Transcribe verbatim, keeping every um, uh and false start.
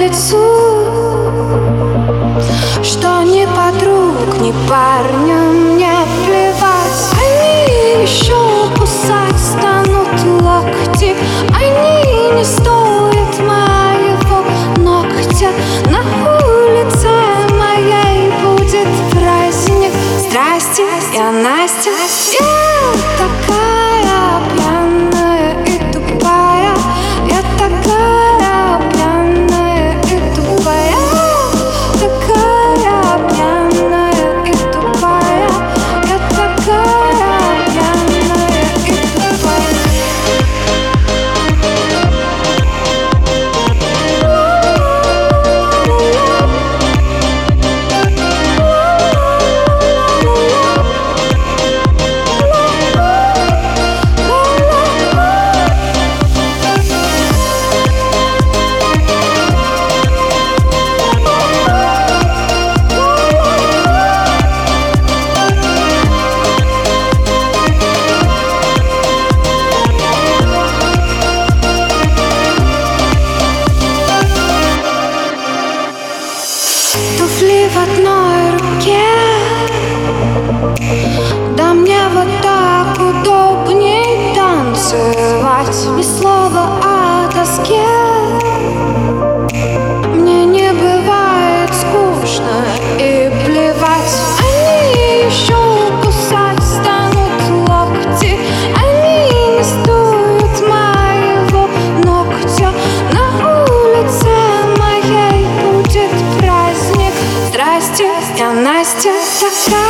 лицу, что ни подруг, ни парня мне плевать. Они еще кусать станут локти, они не стоят моего ногтя. На улице моей будет праздник страсти. Я Настя, я такая пьяная и тупая, я такая пьяная и тупая, такая пьяная и тупая, я такая пьяная и тупая. Туфли в одной руке, да мне вот так удобней танцевать. Ни слова о тоске, мне не бывает скучно и плевать. Они еще кусать станут локти, они не стоят моего ногтя. На улице моей будет праздник страсти. Я Настя такая.